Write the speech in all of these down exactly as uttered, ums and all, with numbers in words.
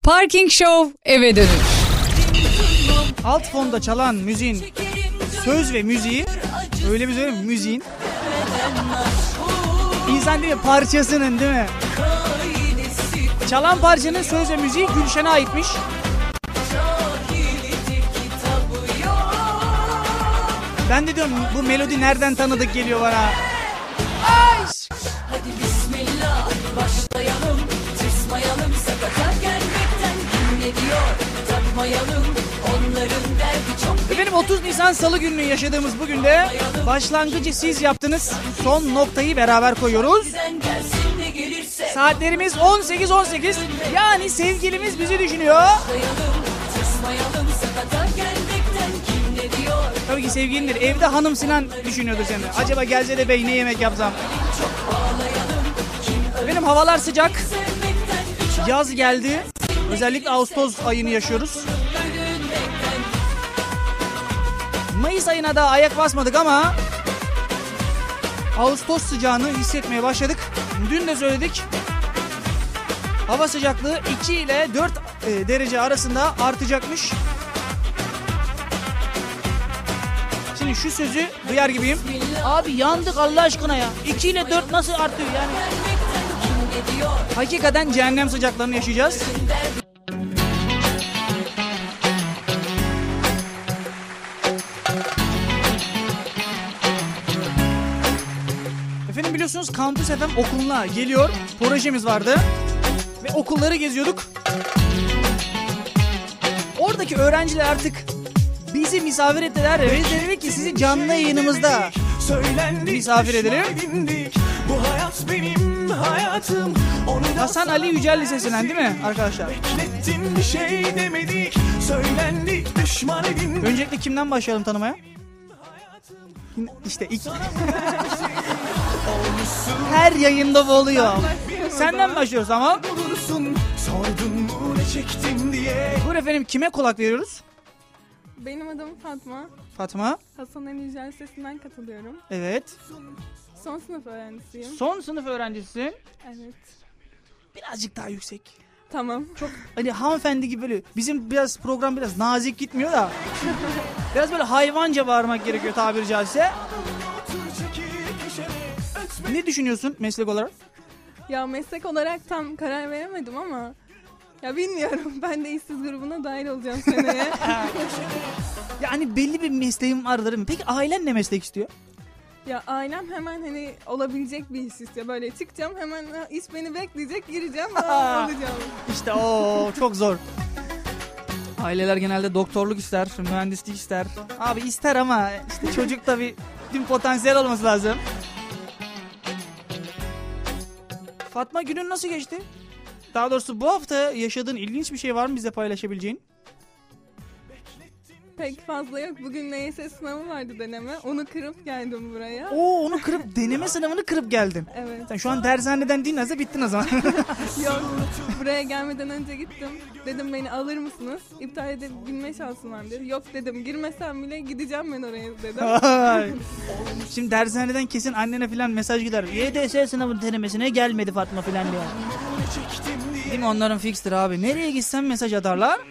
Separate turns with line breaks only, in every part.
Parking Show eve dönüş.
Alt fonda çalan müziğin söz ve müziği, öyle bir söyleyeyim müziğin. İnsan değil mi? Parçasının değil mi? Çalan parçanın söz ve müziği Gülşen'e aitmiş. Ben de diyorum bu melodi nereden tanıdık geliyor bana. Ay!
Hadi bismillah başlayalım. Tırsmayalım sakata gelmekten. Kim ne diyor takmayalım. Onların derdi çok.
Efendim otuz Nisan Salı günü yaşadığımız bugün de başlangıcı siz yaptınız. Son noktayı beraber koyuyoruz. Saatlerimiz on sekiz on sekiz. Yani sevgilimiz bizi düşünüyor. Tabii ki sevgilindir. Evde hanım Sinan düşünüyordur seni. Acaba gelse de bey ne yemek yapsam. Benim havalar sıcak. Yaz geldi. Özellikle Ağustos ayını yaşıyoruz. Mayıs ayına da ayak basmadık ama Ağustos sıcağını hissetmeye başladık. Dün de söyledik. Hava sıcaklığı iki ile dört derece arasında artacakmış. Şimdi şu sözü duyar gibiyim. Abi yandık Allah aşkına ya. iki ile dört nasıl artıyor yani? Hakikaten cehennem sıcaklarını yaşayacağız. Efendim biliyorsunuz Kampüs F M okuluna geliyor. Projemiz vardı. Ve okulları geziyorduk. Oradaki öğrenciler artık bizi misafir ettiler ve biz dedik ki sizi canlı yayınımızda misafir edelim. Bu hayat benim hayatım. Hasan Ali Yücel Lisesi'nden değil mi arkadaşlar? Bir şey demedik, söylendi, düşman edin. Öncelikle kimden başlayalım tanımaya? İşte ilk... Her yayında bu oluyor. Senden başlıyoruz ama. Buyur efendim, kime kulak veriyoruz?
Benim adım Fatma.
Fatma.
Hasan Ali Yücel Lisesi'nden katılıyorum.
Evet.
Son sınıf öğrencisiyim.
Son sınıf öğrencisi.
Evet.
Birazcık daha yüksek.
Tamam.
Çok hani hanımefendi gibi böyle. Bizim biraz program biraz nazik gitmiyor da. Biraz böyle hayvanca bağırmak gerekiyor tabiri caizse. Ne düşünüyorsun meslek olarak?
Ya meslek olarak tam karar veremedim ama ya bilmiyorum. Ben de işsiz grubuna dahil olacağım seneye.
Yani belli bir mesleğim vardır mı? Peki ailen ne meslek istiyor?
Ya ailem hemen hani olabilecek bir iş istiyor. Böyle çıkacağım hemen iş beni bekleyecek, gireceğim alacağım.
İşte o çok zor. Aileler genelde doktorluk ister, mühendislik ister. Abi ister ama işte çocuk tabii tüm potansiyel olması lazım. Fatma, günün nasıl geçti? Daha doğrusu bu hafta yaşadığın ilginç bir şey var mı bize paylaşabileceğin?
Pek fazla yok. Bugün N Y S sınavı vardı, deneme. Onu kırıp geldim buraya.
Oo, onu kırıp deneme sınavını kırıp geldin.
Evet.
Sen şu an dershaneden dinlerse bittin o zaman.
Yok. Buraya gelmeden önce gittim. Dedim beni alır mısınız? İptal edebilme şansım var dedi. Yok dedim, girmesem bile gideceğim ben oraya dedim.
Şimdi dershaneden kesin annene falan mesaj gider. Y D S sınavı denemesine gelmedi Fatma falan diyor. Değil mi, onların fikstir abi. Nereye gitsen mesaj atarlar.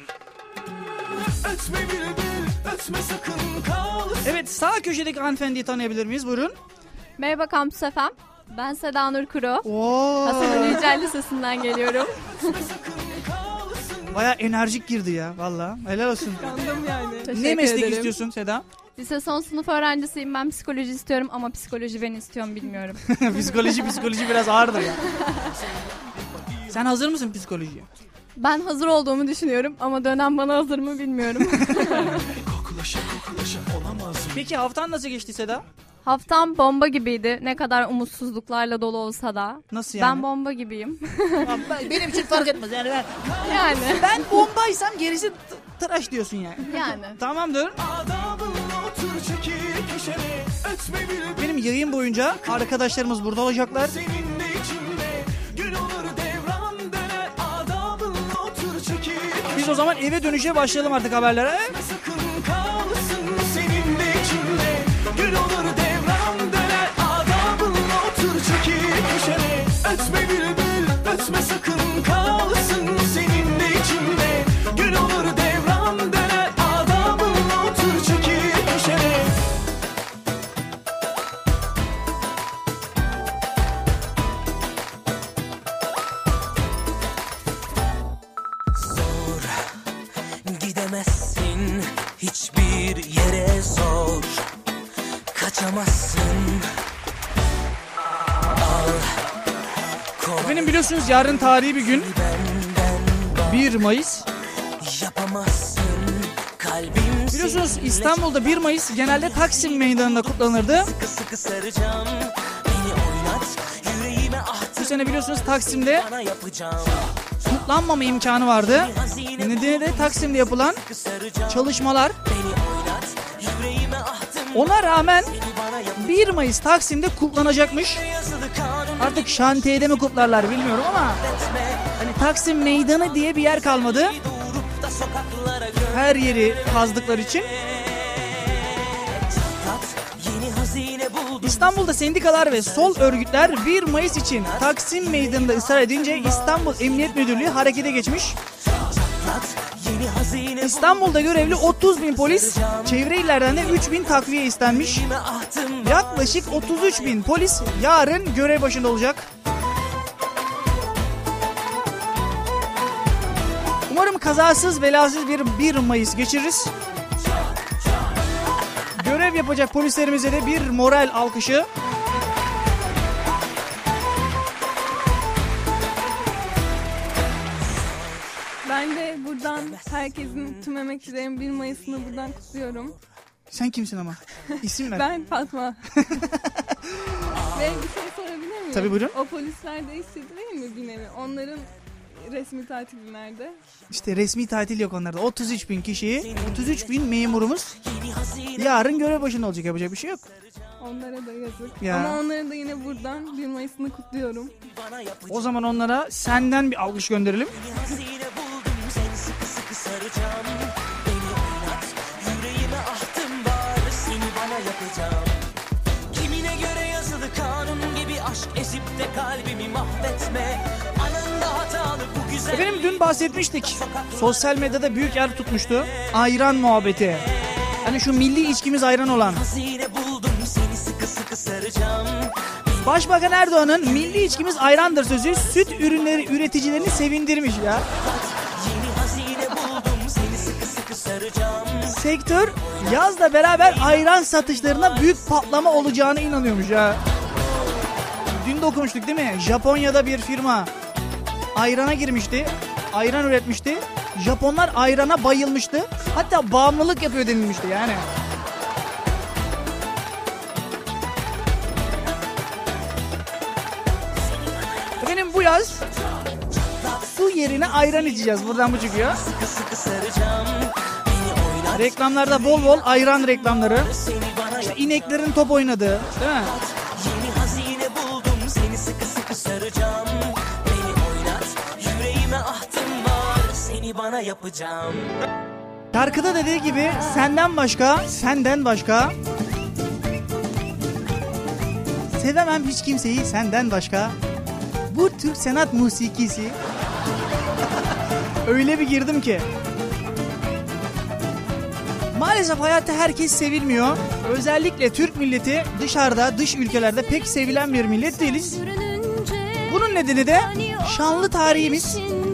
Evet, sağ köşedeki hanımefendiyi tanıyabilir miyiz? Buyurun.
Merhaba Kampüs F M. Ben Seda Nur Kuru.
Oo.
Hasan Ali Yücel Lisesi'nden geliyorum.
Baya enerjik girdi ya valla. Helal olsun.
Kandım yani.
Teşekkür
Ne meslek
ederim.
istiyorsun Seda?
Lise son sınıf öğrencisiyim. Ben psikoloji istiyorum ama psikoloji beni istiyorum bilmiyorum.
psikoloji psikoloji biraz ağırdır ya. Sen hazır mısın psikolojiye?
Ben hazır olduğumu düşünüyorum ama dönem bana hazır mı bilmiyorum.
Peki haftan nasıl geçti Seda?
Haftam bomba gibiydi. Ne kadar umutsuzluklarla dolu olsa da.
Nasıl yani?
Ben bomba gibiyim.
Benim için fark etmez yani ben.
Yani.
Ben bombaysam gerisi tıraş diyorsun yani.
Yani.
Tamamdır. Benim yayın boyunca arkadaşlarımız burada olacaklar. Biz o zaman eve dönüşe başlayalım artık haberlere. Sakın kalsın seninle içimde. Gün olur devran döner. Adabınla otur çekil köşene. Ötme bülbül ötme, sakın kalsın seninle içimde.
yapamazsın.
Benim biliyorsunuz yarın tarihi bir gün. bir Mayıs.
Yapamazsın. Kalbim
Biliyorsunuz İstanbul'da bir Mayıs genelde Taksim Meydanı'nda kutlanırdı.
sıkı sıkı saracağım. Beni oynat, yüreğime ahtım.
Bu sene biliyorsunuz Taksim'de
Bana yapacağım.
kutlanmama imkanı vardı.
Hazine
Nedeni de Taksim'de yapılan
saracağım.
çalışmalar.
Beni oynat, yüreğime ahtım.
Ona rağmen
Bana yapacağım.
bir Mayıs Taksim'de kutlanacakmış.
Yazılı kanun
Artık şantiyede mi kutlarlar bilmiyorum ama
etme.
hani Taksim Meydanı diye bir yer kalmadı.
Doğurup da sokaklara gö-
Her yeri kazdıkları için.
Çatlat, yeni hazine buldum.
İstanbul'da sendikalar ve sol örgütler bir Mayıs için Taksim Meydanı'nda ısrar edince İstanbul Emniyet Müdürlüğü harekete geçmiş.
Çatlat, yeni hazine buldum.
İstanbul'da görevli otuz bin polis, çevre illerden de üç bin takviye istenmiş.
Yüreğime ahtım.
Yaklaşık otuz üç bin polis yarın görev başında olacak. Umarım kazasız belasız bir bir Mayıs geçiririz. Görev yapacak polislerimize de bir moral alkışı.
Ben de buradan herkesin, tüm emekçilerin bir Mayıs'ını buradan kutluyorum.
Sen kimsin ama? İsim ver.
Ben Fatma. Ve bir şey sorabilir miyim?
Tabii, buyurun.
O polisler de işçi değil mi bir nevi? Onların resmi tatili nerede?
İşte resmi tatil yok onlarda. otuz üç bin kişiyi, otuz üç bin memurumuz yarın görev başında olacak. Yapacak bir şey yok.
Onlara da yazık.
Ya.
Ama onlara da yine buradan bir Mayıs'ını kutluyorum.
O zaman onlara senden bir alkış gönderelim.
Hazine buldum, seni sıkı sıkı saracağım. Beni oynat, yüreğime ahtım var, seni bana yapacağım. Kimine göre yazılı kanun gibi aşk ezip de kalbimi mahvetme. Anında hatalı bu güzel.
Efendim dün bahsetmiştik. Sosyal medyada büyük yer tutmuştu. Ayran muhabbeti. Hani şu milli içkimiz ayran olan.
Hazine buldum, seni sıkı sıkı saracağım.
Başbakan Erdoğan'ın milli içkimiz ayrandır sözü süt ürünleri üreticilerini sevindirmiş ya.
Yeni hazine buldum, seni sıkı sıkı saracağım.
Sektör yazla beraber ayran satışlarına büyük patlama olacağına inanıyormuş ya. Dün de okumuştuk değil mi? Japonya'da bir firma ayrana girmişti. Ayran üretmişti. Japonlar ayrana bayılmıştı. Hatta bağımlılık yapıyor denilmişti yani. Efendim bu yaz su yerine ayran içeceğiz. Buradan bu çıkıyor.
Sıkı sıkı saracağım. Beni oynat,
Reklamlarda bol bol ayran reklamları.
seni bana
İşte
yap.
ineklerin top oynadığı, değil mi?
Yeni hazine buldum, seni sıkı sıkı saracağım. Beni oynat, yüreğime ahtım var, seni bana yapacağım.
Şarkıda dediği gibi senden başka, senden başka sevemem hiç kimseyi senden başka. Bu Türk sanat musikisi. Öyle bir girdim ki. Maalesef hayatta herkes sevilmiyor. Özellikle Türk milleti dışarıda, dış ülkelerde pek sevilen bir millet değiliz. Bunun nedeni de şanlı tarihimiz.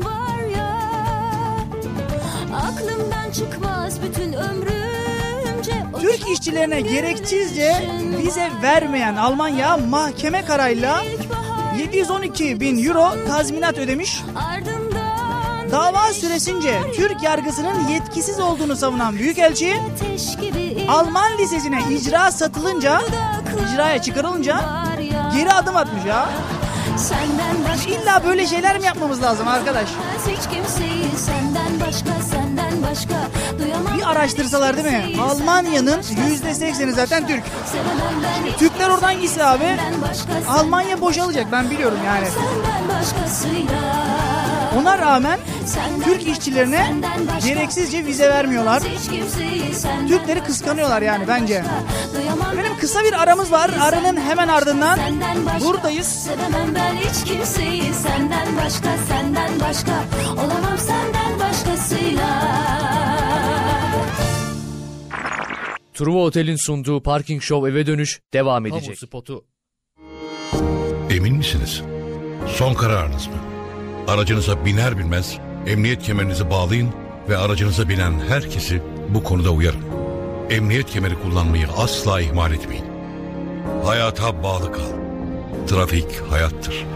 Aklımdan çıkmaz bütün ömrümce.
Türk işçilerine gereksizce vize vermeyen Almanya mahkeme kararıyla yedi yüz on iki bin euro tazminat ödemiş. Dava süresince Türk yargısının yetkisiz olduğunu savunan Büyükelçi, Alman lisesine icra satılınca, icraya çıkarılınca geri adım atmış ya. İlla böyle şeyler mi yapmamız lazım arkadaş?
Hiç kimseyi senden başka, senden başka duyamam.
Bir araştırsalar değil mi? Almanya'nın yüzde sekseni zaten Türk. Türkler oradan gitse abi, Almanya boşalacak, ben biliyorum yani. Ona rağmen Türk işçilerine gereksizce vize vermiyorlar. Türkleri kıskanıyorlar yani bence. Benim kısa bir aramız var. Aranın hemen ardından buradayız.
Sevemem ben hiç kimseyi senden başka, senden başka olamam senden başkasıyla.
Truva Otel'in sunduğu Parking Show eve dönüş devam edecek.
Kamu spotu.
Emin misiniz? Son kararınız mı? Aracınıza biner binmez emniyet kemerinizi bağlayın ve aracınıza binen herkesi bu konuda uyarın. Emniyet kemeri kullanmayı asla ihmal etmeyin. Hayata bağlı kal. Trafik hayattır.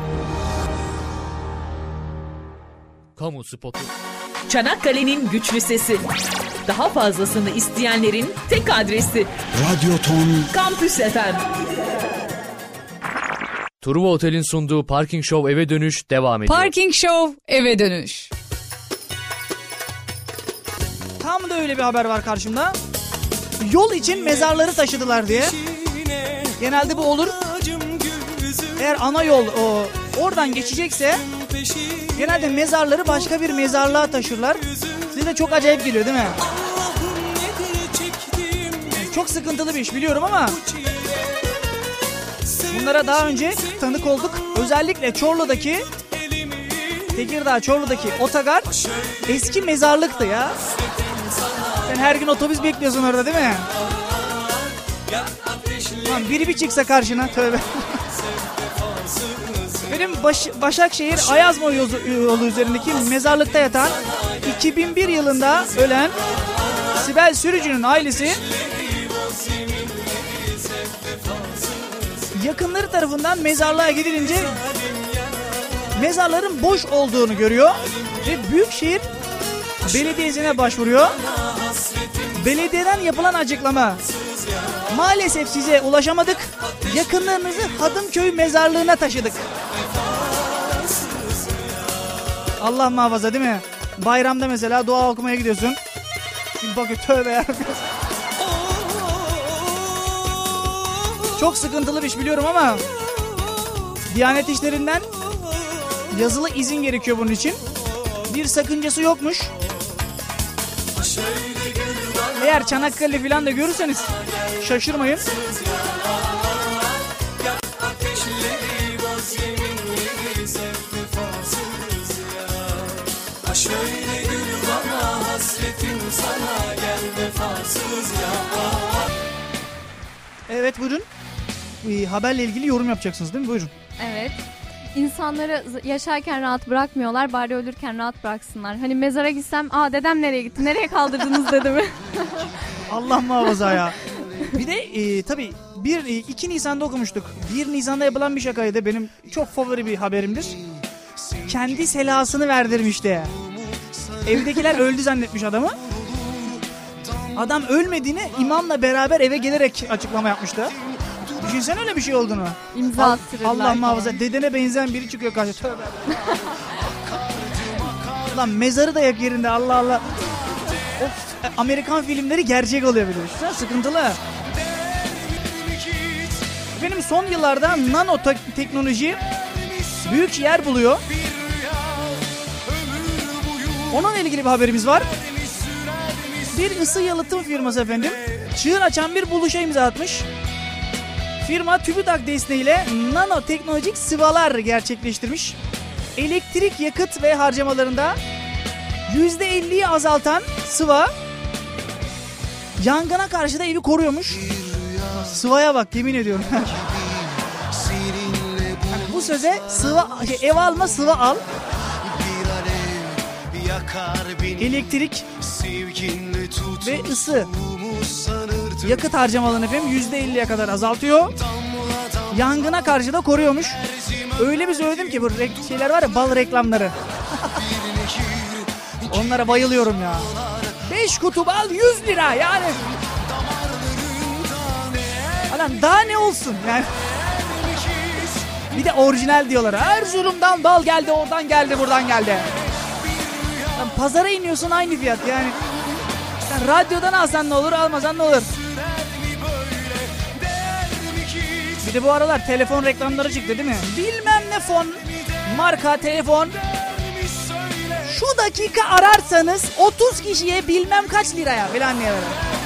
Kamu spotu.
Çanakkale'nin güçlü sesi. Daha fazlasını isteyenlerin tek adresi.
Radyo Ton
Kampüs F M.
Truva Otel'in sunduğu Parking Show eve dönüş devam ediyor.
Parking Show eve dönüş.
Tam da öyle bir haber var karşımda. Yol için mezarları taşıdılar diye. Genelde bu olur. Eğer ana yol o, oradan geçecekse genelde mezarları başka bir mezarlığa taşırlar. Size de çok acayip geliyor değil mi? Çok sıkıntılı bir iş biliyorum ama bunlara daha önce tanık olduk. Özellikle Çorlu'daki, Tekirdağ Çorlu'daki otogar eski mezarlıktı ya. Sen her gün otobüs bekliyorsun orada değil mi? Lan biri bir çıksa karşına, tövbe. Benim Baş, Başakşehir Ayazma yolu üzerindeki mezarlıkta yatan iki bin bir yılında ölen Sibel Sürücü'nün ailesi yakınları tarafından mezarlığa gidilince mezarların boş olduğunu görüyor ve Büyükşehir Belediyesi'ne başvuruyor. Belediyeden yapılan açıklama: maalesef size ulaşamadık, yakınlarınızı Hadımköy mezarlığına taşıdık. Allah muhafaza değil mi? Bayramda mesela dua okumaya gidiyorsun. Bakın tövbe ya. Çok sıkıntılı bir iş biliyorum ama Diyanet İşleri'nden yazılı izin gerekiyor bunun için. Bir sakıncası yokmuş. Eğer Çanakkale falan da görürseniz şaşırmayın. Evet buyurun. Ee, haberle ilgili yorum yapacaksınız değil mi? Buyurun.
Evet. İnsanları yaşarken rahat bırakmıyorlar, bari ölürken rahat bıraksınlar. Hani mezara gitsem, aa dedem nereye gitti, nereye kaldırdınız dedemi.
Allah muhafaza ya. Bir de e, tabii bir, iki Nisan'da okumuştuk. bir Nisan'da yapılan bir şakaydı. Benim çok favori bir haberimdir. Kendi selasını verdirmişti. Evdekiler öldü zannetmiş adamı. Adam ölmediğini imamla beraber eve gelerek açıklama yapmıştı. Düşünsene öyle bir şey olduğunu.
İmza
Al,
attırırlar.
Allah muhafaza, dedene benzeyen biri çıkıyor karşı. Tövbe. Lan mezarı da yak yerinde, Allah Allah. Of, Amerikan filmleri gerçek oluyor bir de. Düşünsene, sıkıntılı. Benim son yıllarda nano teknoloji büyük yer buluyor. Onunla ilgili bir haberimiz var. Bir ısı yalıtım firması efendim çığır açan bir buluşa imza atmış. Firma TÜBİTAK desteğiyle nanoteknolojik sıvalar gerçekleştirmiş. Elektrik, yakıt ve harcamalarında yüzde elliyi azaltan sıva yangına karşı da evi koruyormuş. Sıvaya bak, yemin ediyorum. Yani bu söze sıva, şey, ev alma sıva al. Elektrik ve ısı, yakıt harcamalarını efendim yüzde elliye kadar azaltıyor. Yangına karşı da koruyormuş. Öyle bir söyledim ki bu şeyler var ya, bal reklamları. Onlara bayılıyorum ya. beş kutu bal yüz lira yani. Adam daha ne olsun yani. Bir de orijinal diyorlar. Erzurum'dan bal geldi, oradan geldi, buradan geldi. Yani pazara iniyorsun aynı fiyat yani. Sen radyodan alsan ne olur, almasan ne olur. Bir de bu aralar telefon reklamları çıktı değil mi? Bilmem ne fon, marka telefon. Şu dakika ararsanız otuz kişiye bilmem kaç liraya falan diye verir.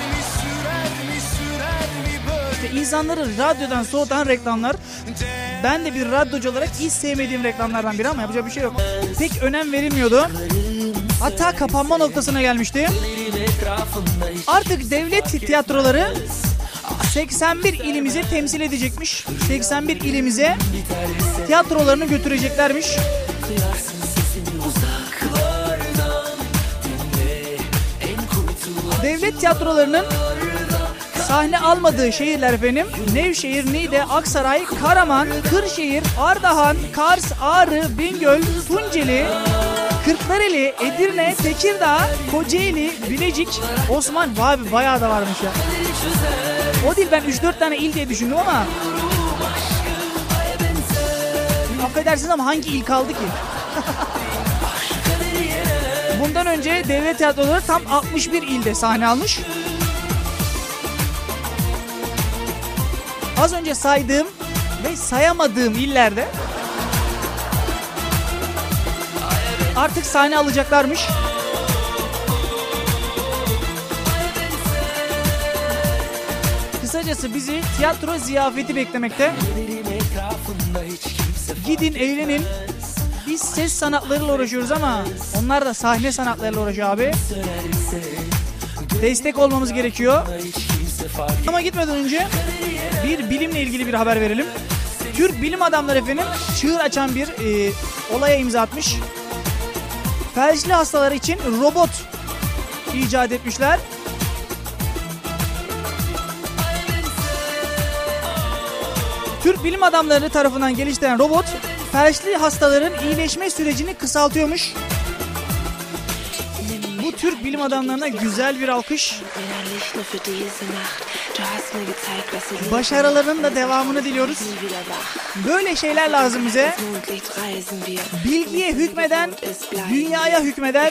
İşte insanları radyodan soğutan reklamlar. Ben de bir radyocu olarak hiç sevmediğim reklamlardan biri ama yapacak bir şey yok. Pek önem verilmiyordu. Hatta kapanma noktasına gelmişti. Artık devlet tiyatroları seksen bir ilimizi temsil edecekmiş. seksen bir ilimize tiyatrolarını götüreceklermiş. Devlet tiyatrolarının sahne almadığı şehirler efendim Nevşehir, Niğde, Aksaray, Karaman, Kırşehir, Ardahan, Kars, Ağrı, Bingöl, Tunceli, Kırklareli, Edirne, Tekirdağ, Kocaeli, Bilecik, Osman. Vay, bayağı da varmış ya. O değil, ben üç dört tane il diye düşündüm ama. Affedersiniz ama hangi il kaldı ki? Bundan önce devlet tiyatroları tam altmış bir ilde sahne almış. Az önce saydığım ve sayamadığım illerde artık sahne alacaklarmış. Kısacası bizi tiyatro ziyafeti beklemekte. Gidin, eğlenin. Biz ses sanatlarıyla uğraşıyoruz ama onlar da sahne sanatlarıyla uğraşıyor abi. Destek olmamız gerekiyor. Ama gitmeden önce bir bilimle ilgili bir haber verelim. Türk bilim adamları efendim çığır açan bir e, olaya imza atmış. Felçli hastalar için robot icat etmişler. Türk bilim adamları tarafından geliştirilen robot felçli hastaların iyileşme sürecini kısaltıyormuş. Bu Türk bilim adamlarına güzel bir alkış. Başarılarının da devamını diliyoruz. Böyle şeyler lazım bize. Bilgiye hükmeden, dünyaya hükmeden.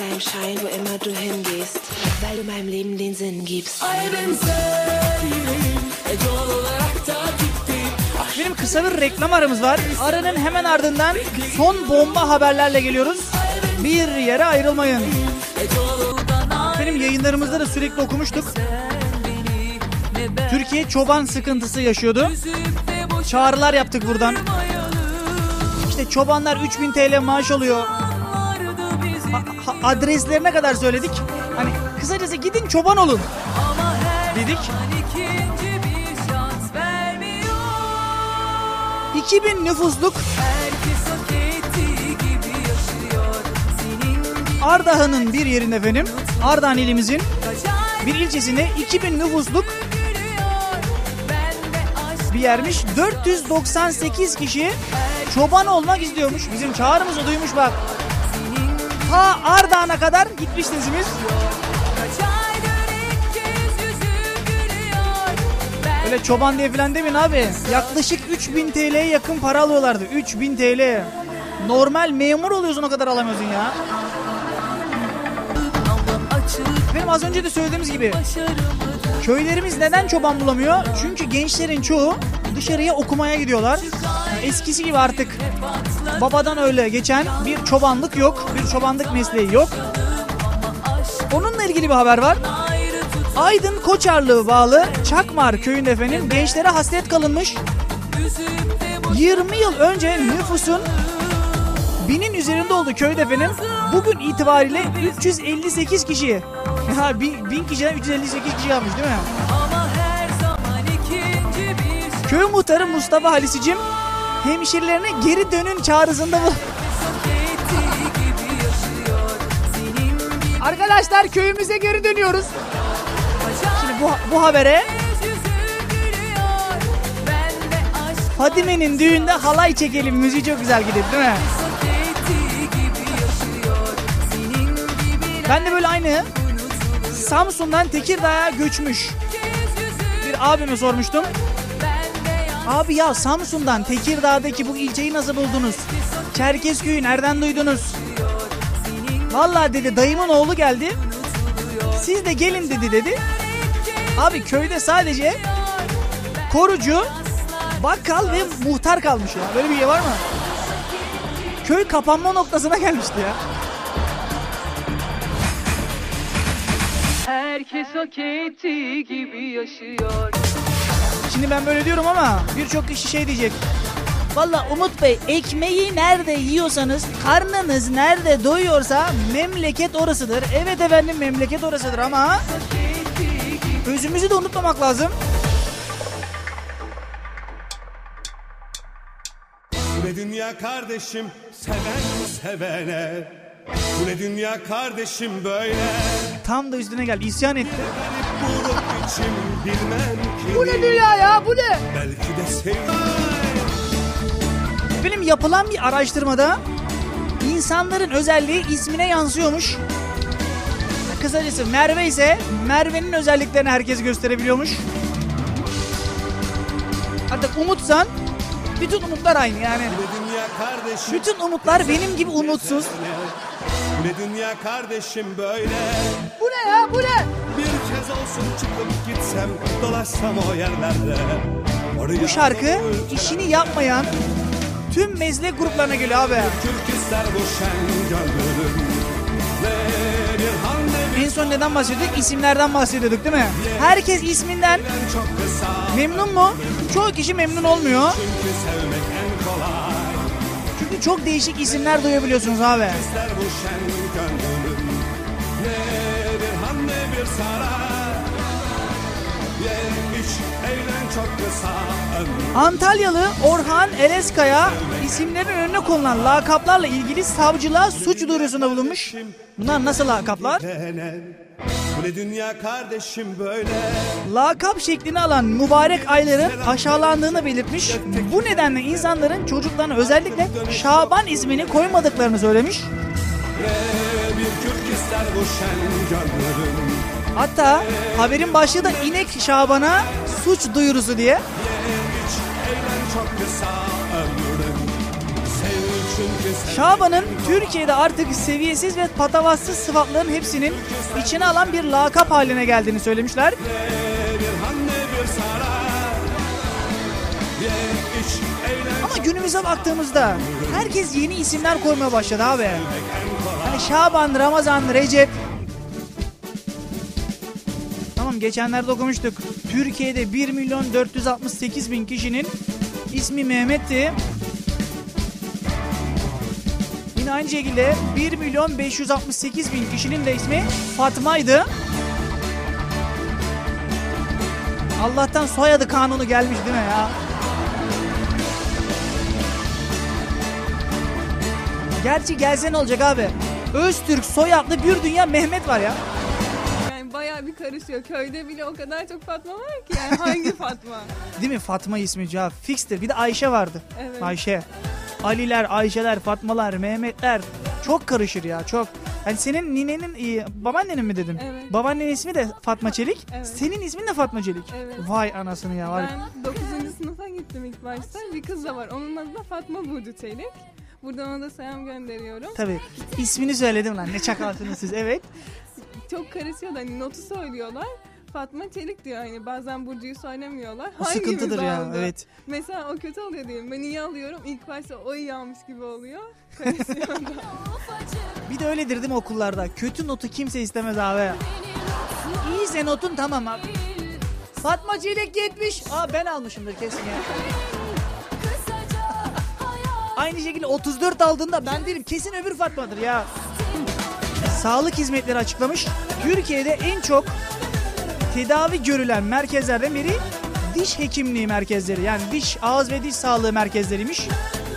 Benim kısa bir reklam aramız var. Aranın hemen ardından son bomba haberlerle geliyoruz. Bir yere ayrılmayın. Benim yayınlarımızda da sürekli okumuştuk. Türkiye çoban sıkıntısı yaşıyordu. Çağrılar yaptık buradan. İşte çobanlar üç bin T L maaş alıyor. A- adreslerine kadar söyledik. Hani kısacası gidin çoban olun dedik. iki bin nüfusluk Ardahan'ın bir yerinde efendim, Ardahan ilimizin bir ilçesinde iki bin nüfusluk bir yermiş. dört yüz doksan sekiz kişi çoban olmak istiyormuş. Bizim çağrımızı duymuş bak. Ta Ardahan'a kadar gitmiş sesimiz. Öyle çoban diye falan demeyin abi. Yaklaşık üç bin T L'ye yakın para alıyorlardı. üç bin T L. Normal memur oluyorsun, o kadar alamıyorsun ya. Benim az önce de söylediğimiz gibi köylerimiz neden çoban bulamıyor? Çünkü gençlerin çoğu dışarıya okumaya gidiyorlar. Yani eskisi gibi artık babadan öyle geçen bir çobanlık yok. Bir çobanlık mesleği yok. Onunla ilgili bir haber var. Aydın Koçarlı'ya bağlı Çakmar köyünde efendim gençlere hasret kalınmış. yirmi yıl önce nüfusun binin üzerinde olduğu köyde efendim bugün itibariyle üç yüz elli sekiz kişi. Ya bin, bin kişiden üç yüz elli sekiz kişi yapmış değil mi? Köy muhtarı Mustafa Halisicim hemşerilerine geri dönün çağrısında bu. Arkadaşlar köyümüze geri dönüyoruz. Şimdi bu, bu habere Fadime'nin düğünde halay çekelim müziği çok güzel gidiyor değil mi? Ben de böyle aynı Samsun'dan Tekirdağ'a göçmüş bir abime sormuştum. Abi ya Samsun'dan Tekirdağ'daki bu ilçeyi nasıl buldunuz? Çerkezköy'ü nereden duydunuz? Vallahi dedi dayımın oğlu geldi. Siz de gelin dedi dedi. Abi köyde sadece korucu, bakkal ve muhtar kalmış ya. Böyle bir şey var mı? Köy kapanma noktasına gelmişti ya.
Herkes hak ettiği gibi yaşıyor.
Şimdi ben böyle diyorum ama birçok kişi şey diyecek. Valla Umut Bey, ekmeği nerede yiyorsanız, karnınız nerede doyuyorsa memleket orasıdır. Evet efendim, memleket orasıdır ama özümüzü de unutmamak lazım.
Ve dünya kardeşim seven sevene Bu ne dünya kardeşim böyle.
Tam da üstüne geldi. İsyan etti.
Bulut içim bilmem ki.
Bu ne dünya ya? Bu ne?
Belki de sevdim.
Benim yapılan bir araştırmada insanların özelliği ismine yansıyormuş. Kısacası Merve ise Merve'nin özelliklerini herkes gösterebiliyormuş. Artık umutsan bütün umutlar aynı yani. Bütün umutlar benim gibi umutsuz.
Bu ne dünya kardeşim böyle.
Bu ne ya? Bu ne?
Bir kez olsun çıkıp gitsem, dolaşsam o yerlerde. Oraya
Bu şarkı işini yapmayan tüm meslek gruplarına geliyor abi.
Türk ister bu şen gönlüm.
En son neden bahsediyorduk? İsimlerden bahsediyorduk değil mi? Herkes isminden memnun mu? Çoğu kişi memnun olmuyor. Çünkü çok değişik isimler duyabiliyorsunuz abi. Antalyalı Orhan Eleskaya isimlerin önüne konulan lakaplarla ilgili savcılığa suç duyurusunda bulunmuş. Bunlar nasıl lakaplar?
Bu ne dünya kardeşim böyle.
Lakap şeklini alan mübarek ayların aşağılandığını belirtmiş. Bu nedenle insanların çocuklarına özellikle Şaban ismini koymadıklarını söylemiş. Hatta haberin başlığı da inek Şaban'a suç duyurusu diye. Şaban'ın Türkiye'de artık seviyesiz ve patavatsız sıfatların hepsinin içine alan bir lakap haline geldiğini söylemişler. Ama günümüze baktığımızda herkes yeni isimler koymaya başladı abi. Hani Şaban, Ramazan, Recep. Tamam, geçenlerde okumuştuk. Türkiye'de bir milyon dört yüz altmış sekiz bin kişinin ismi Mehmet'ti. Yine aynı şekilde bir milyon beş yüz altmış sekiz bin kişinin de ismi Fatma'ydı. Allah'tan soyadı kanunu gelmiş değil mi ya? Gerçi gelse ne olacak abi? Öztürk soyadlı bir dünya Mehmet var ya.
Yani bayağı bir karışıyor. Köyde bile o kadar çok Fatma var ki yani hangi Fatma?
Değil mi? Fatma ismi cevap fikstir. Bir de Ayşe vardı.
Evet.
Ayşe. Aliler, Ayşeler, Fatmalar, Mehmetler çok karışır ya çok. Yani senin ninenin, babaannenin mi dedim?
Evet.
Babaannenin ismi de Fatma Çelik.
Evet.
Senin ismin de Fatma Çelik.
Evet.
Vay anasını ya. Var.
Ben dokuzuncu sınıfa gittim ilk başta. Bir kız da var. Onun adı da Fatma Burcu Çelik. Buradan ona da selam gönderiyorum.
Tabii. İsmini söyledim lan. Ne çakalsınız siz. Evet.
Çok karışıyor da hani notu söylüyorlar. Fatma Çelik diyor hani bazen Burcu'yu söylemiyorlar.
O sıkıntıdır ya,
aldı?
evet.
Mesela o kötü oluyor diyelim. Ben iyi alıyorum. İlk başta o iyi almış gibi oluyor. Karışıyor da.
Bir de öyledir değil mi okullarda? Kötü notu kimse istemez abi. İyiyse notun tamam abi. Fatma Çelik yetmiş. Aa ben almışımdır kesin ya. Aynı şekilde otuz dört aldığında ben değilim. Kesin öbür Fatma'dır ya. Sağlık hizmetleri açıklamış. Türkiye'de en çok tedavi görülen merkezlerden biri diş hekimliği merkezleri. Yani diş, ağız ve diş sağlığı merkezleriymiş.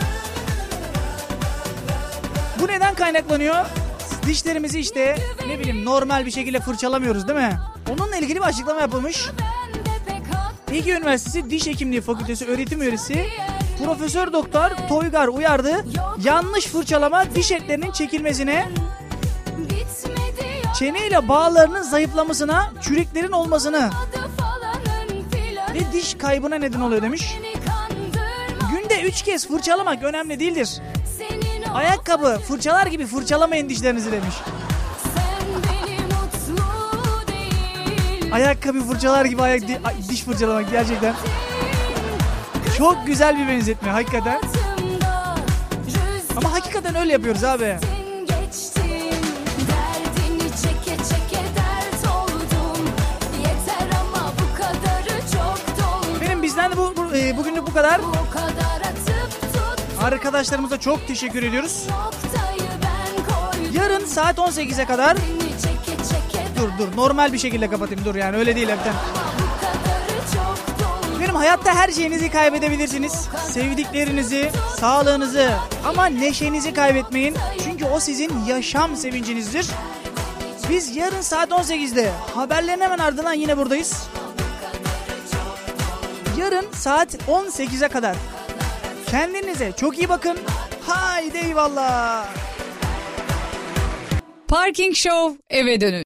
Bu neden kaynaklanıyor? Dişlerimizi işte ne bileyim normal bir şekilde fırçalamıyoruz değil mi? Onunla ilgili bir açıklama yapılmış. Ege Üniversitesi Diş Hekimliği Fakültesi öğretim üyesi Profesör Doktor Toygar uyardı. Yanlış fırçalama diş etlerinin çekilmesine, çeneyle bağlarının zayıflamasına, çürüklerin olmasına ve diş kaybına neden oluyor demiş. Günde üç kez fırçalamak önemli değildir. Ayakkabı fırçalar gibi fırçalamayın dişlerinizi demiş. Ayakkabı fırçalar gibi ayak diş fırçalamak gerçekten çok güzel bir benzetme hakikaten. Ama hakikaten öyle yapıyoruz abi. Benim bizden de bu, bu e, bugünlük bu kadar. Arkadaşlarımıza çok teşekkür ediyoruz. Yarın saat on sekize kadar dur dur normal bir şekilde kapatayım dur yani öyle değil hepten. Efendim hayatta her şeyinizi kaybedebilirsiniz. Sevdiklerinizi, sağlığınızı ama neşenizi kaybetmeyin. Çünkü o sizin yaşam sevincinizdir. Biz yarın saat on sekizde haberlerin hemen ardından yine buradayız. Yarın saat on sekize kadar. Kendinize çok iyi bakın. Haydi eyvallah.
Parking Show eve dönüş.